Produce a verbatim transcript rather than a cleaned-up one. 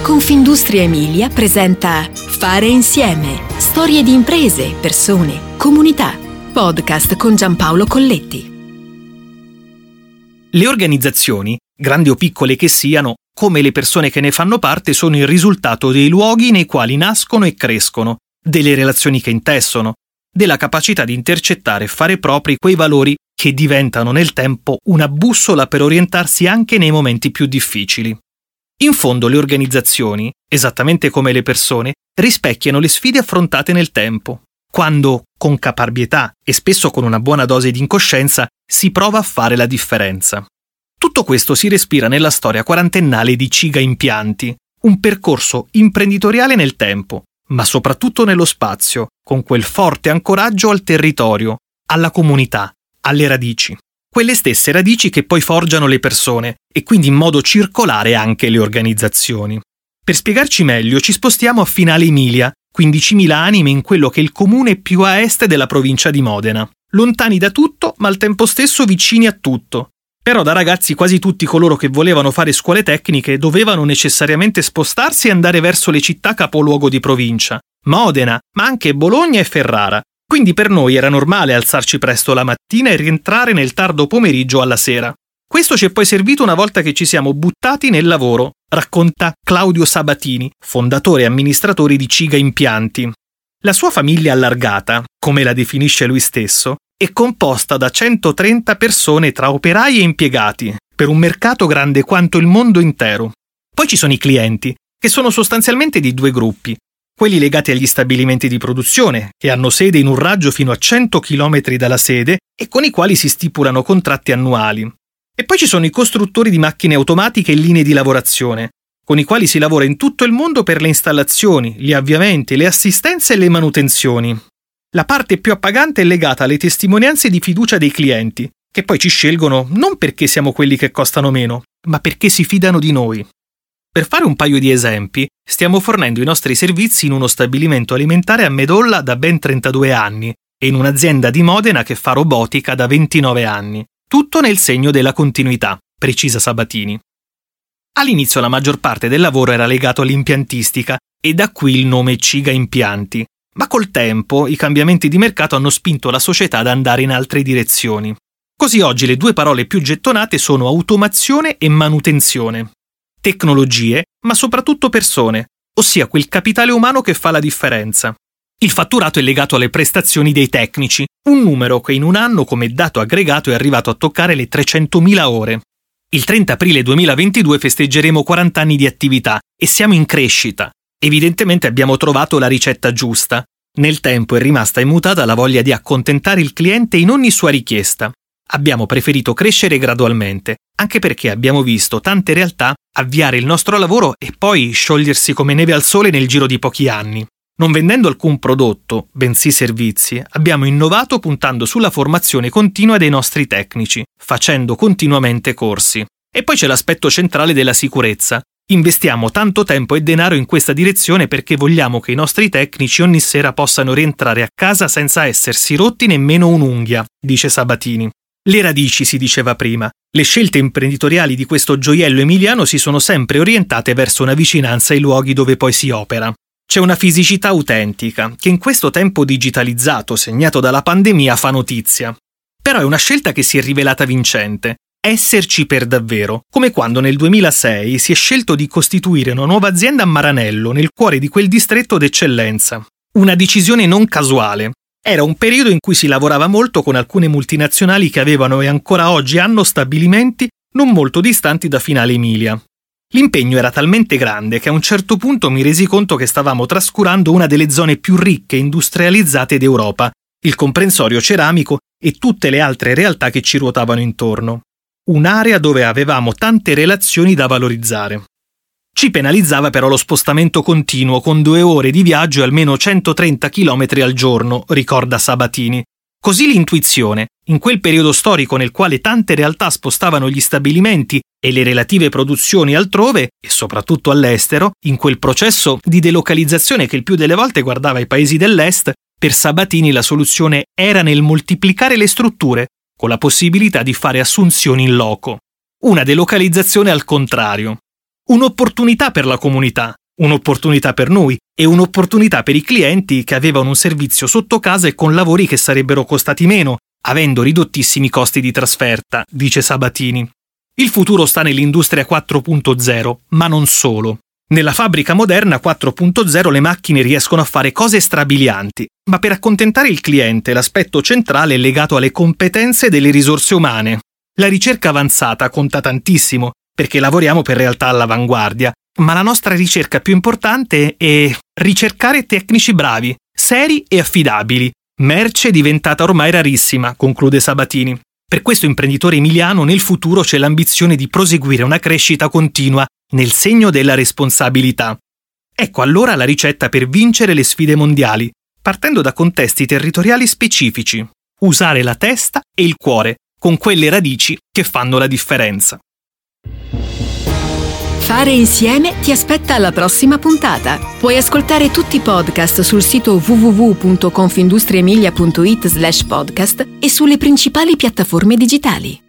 Confindustria Emilia presenta Fare insieme. Storie di imprese, persone, comunità. Podcast con Giampaolo Colletti. Le organizzazioni, grandi o piccole che siano, come le persone che ne fanno parte, sono il risultato dei luoghi nei quali nascono e crescono, delle relazioni che intessono, della capacità di intercettare e fare propri quei valori che diventano nel tempo una bussola per orientarsi anche nei momenti più difficili. In fondo le organizzazioni, esattamente come le persone, rispecchiano le sfide affrontate nel tempo, quando, con caparbietà e spesso con una buona dose di incoscienza, si prova a fare la differenza. Tutto questo si respira nella storia quarantennale di Ciga Impianti, un percorso imprenditoriale nel tempo, ma soprattutto nello spazio, con quel forte ancoraggio al territorio, alla comunità, alle radici. Quelle stesse radici che poi forgiano le persone e quindi in modo circolare anche le organizzazioni. Per spiegarci meglio ci spostiamo a Finale Emilia, quindicimila anime in quello che è il comune più a est della provincia di Modena. Lontani da tutto, ma al tempo stesso vicini a tutto. Però da ragazzi quasi tutti coloro che volevano fare scuole tecniche dovevano necessariamente spostarsi e andare verso le città capoluogo di provincia, Modena, ma anche Bologna e Ferrara. Quindi per noi era normale alzarci presto la mattina e rientrare nel tardo pomeriggio alla sera. Questo ci è poi servito una volta che ci siamo buttati nel lavoro, racconta Claudio Sabatini, fondatore e amministratore di Ciga Impianti. La sua famiglia allargata, come la definisce lui stesso, è composta da centotrenta persone tra operai e impiegati, per un mercato grande quanto il mondo intero. Poi ci sono i clienti, che sono sostanzialmente di due gruppi. Quelli legati agli stabilimenti di produzione, che hanno sede in un raggio fino a cento chilometri dalla sede e con i quali si stipulano contratti annuali. E poi ci sono i costruttori di macchine automatiche e linee di lavorazione, con i quali si lavora in tutto il mondo per le installazioni, gli avviamenti, le assistenze e le manutenzioni. La parte più appagante è legata alle testimonianze di fiducia dei clienti, che poi ci scelgono non perché siamo quelli che costano meno, ma perché si fidano di noi. Per fare un paio di esempi, stiamo fornendo i nostri servizi in uno stabilimento alimentare a Medolla da ben trentadue anni e in un'azienda di Modena che fa robotica da ventinove anni. Tutto nel segno della continuità, precisa Sabatini. All'inizio la maggior parte del lavoro era legato all'impiantistica e da qui il nome Ciga Impianti, ma col tempo i cambiamenti di mercato hanno spinto la società ad andare in altre direzioni. Così oggi le due parole più gettonate sono automazione e manutenzione. Tecnologie, ma soprattutto persone, ossia quel capitale umano che fa la differenza. Il fatturato è legato alle prestazioni dei tecnici, un numero che in un anno come dato aggregato è arrivato a toccare le trecentomila ore. Il trenta aprile duemilaventidue festeggeremo quaranta anni di attività e siamo in crescita. Evidentemente abbiamo trovato la ricetta giusta. Nel tempo è rimasta immutata la voglia di accontentare il cliente in ogni sua richiesta. Abbiamo preferito crescere gradualmente, anche perché abbiamo visto tante realtà avviare il nostro lavoro e poi sciogliersi come neve al sole nel giro di pochi anni. Non vendendo alcun prodotto, bensì servizi, abbiamo innovato puntando sulla formazione continua dei nostri tecnici, facendo continuamente corsi. E poi c'è l'aspetto centrale della sicurezza. Investiamo tanto tempo e denaro in questa direzione perché vogliamo che i nostri tecnici ogni sera possano rientrare a casa senza essersi rotti nemmeno un'unghia, dice Sabatini. Le radici, si diceva prima. Le scelte imprenditoriali di questo gioiello emiliano si sono sempre orientate verso una vicinanza ai luoghi dove poi si opera. C'è una fisicità autentica, che in questo tempo digitalizzato, segnato dalla pandemia, fa notizia. Però è una scelta che si è rivelata vincente. Esserci per davvero, come quando nel duemilasei si è scelto di costituire una nuova azienda a Maranello, nel cuore di quel distretto d'eccellenza. Una decisione non casuale. Era un periodo in cui si lavorava molto con alcune multinazionali che avevano e ancora oggi hanno stabilimenti non molto distanti da Finale Emilia. L'impegno era talmente grande che a un certo punto mi resi conto che stavamo trascurando una delle zone più ricche e industrializzate d'Europa, il comprensorio ceramico e tutte le altre realtà che ci ruotavano intorno. Un'area dove avevamo tante relazioni da valorizzare. Ci penalizzava però lo spostamento continuo con due ore di viaggio e almeno centotrenta chilometri al giorno, ricorda Sabatini. Così l'intuizione, in quel periodo storico nel quale tante realtà spostavano gli stabilimenti e le relative produzioni altrove, e soprattutto all'estero, in quel processo di delocalizzazione che il più delle volte guardava i paesi dell'est, per Sabatini la soluzione era nel moltiplicare le strutture, con la possibilità di fare assunzioni in loco. Una delocalizzazione al contrario. un'opportunità per la comunità, un'opportunità per noi e un'opportunità per i clienti che avevano un servizio sotto casa e con lavori che sarebbero costati meno, avendo ridottissimi costi di trasferta, dice Sabatini. Il futuro sta nell'industria quattro punto zero, ma non solo. Nella fabbrica moderna quattro punto zero le macchine riescono a fare cose strabilianti, ma per accontentare il cliente l'aspetto centrale è legato alle competenze delle risorse umane. La ricerca avanzata conta tantissimo, perché lavoriamo per realtà all'avanguardia, ma la nostra ricerca più importante è ricercare tecnici bravi, seri e affidabili. Merce diventata ormai rarissima, conclude Sabatini. Per questo imprenditore emiliano nel futuro c'è l'ambizione di proseguire una crescita continua nel segno della responsabilità. Ecco allora la ricetta per vincere le sfide mondiali, partendo da contesti territoriali specifici. Usare la testa e il cuore, con quelle radici che fanno la differenza. Fare insieme ti aspetta alla prossima puntata. Puoi ascoltare tutti i podcast sul sito w w w punto confindustriemilia punto it slash podcast e sulle principali piattaforme digitali.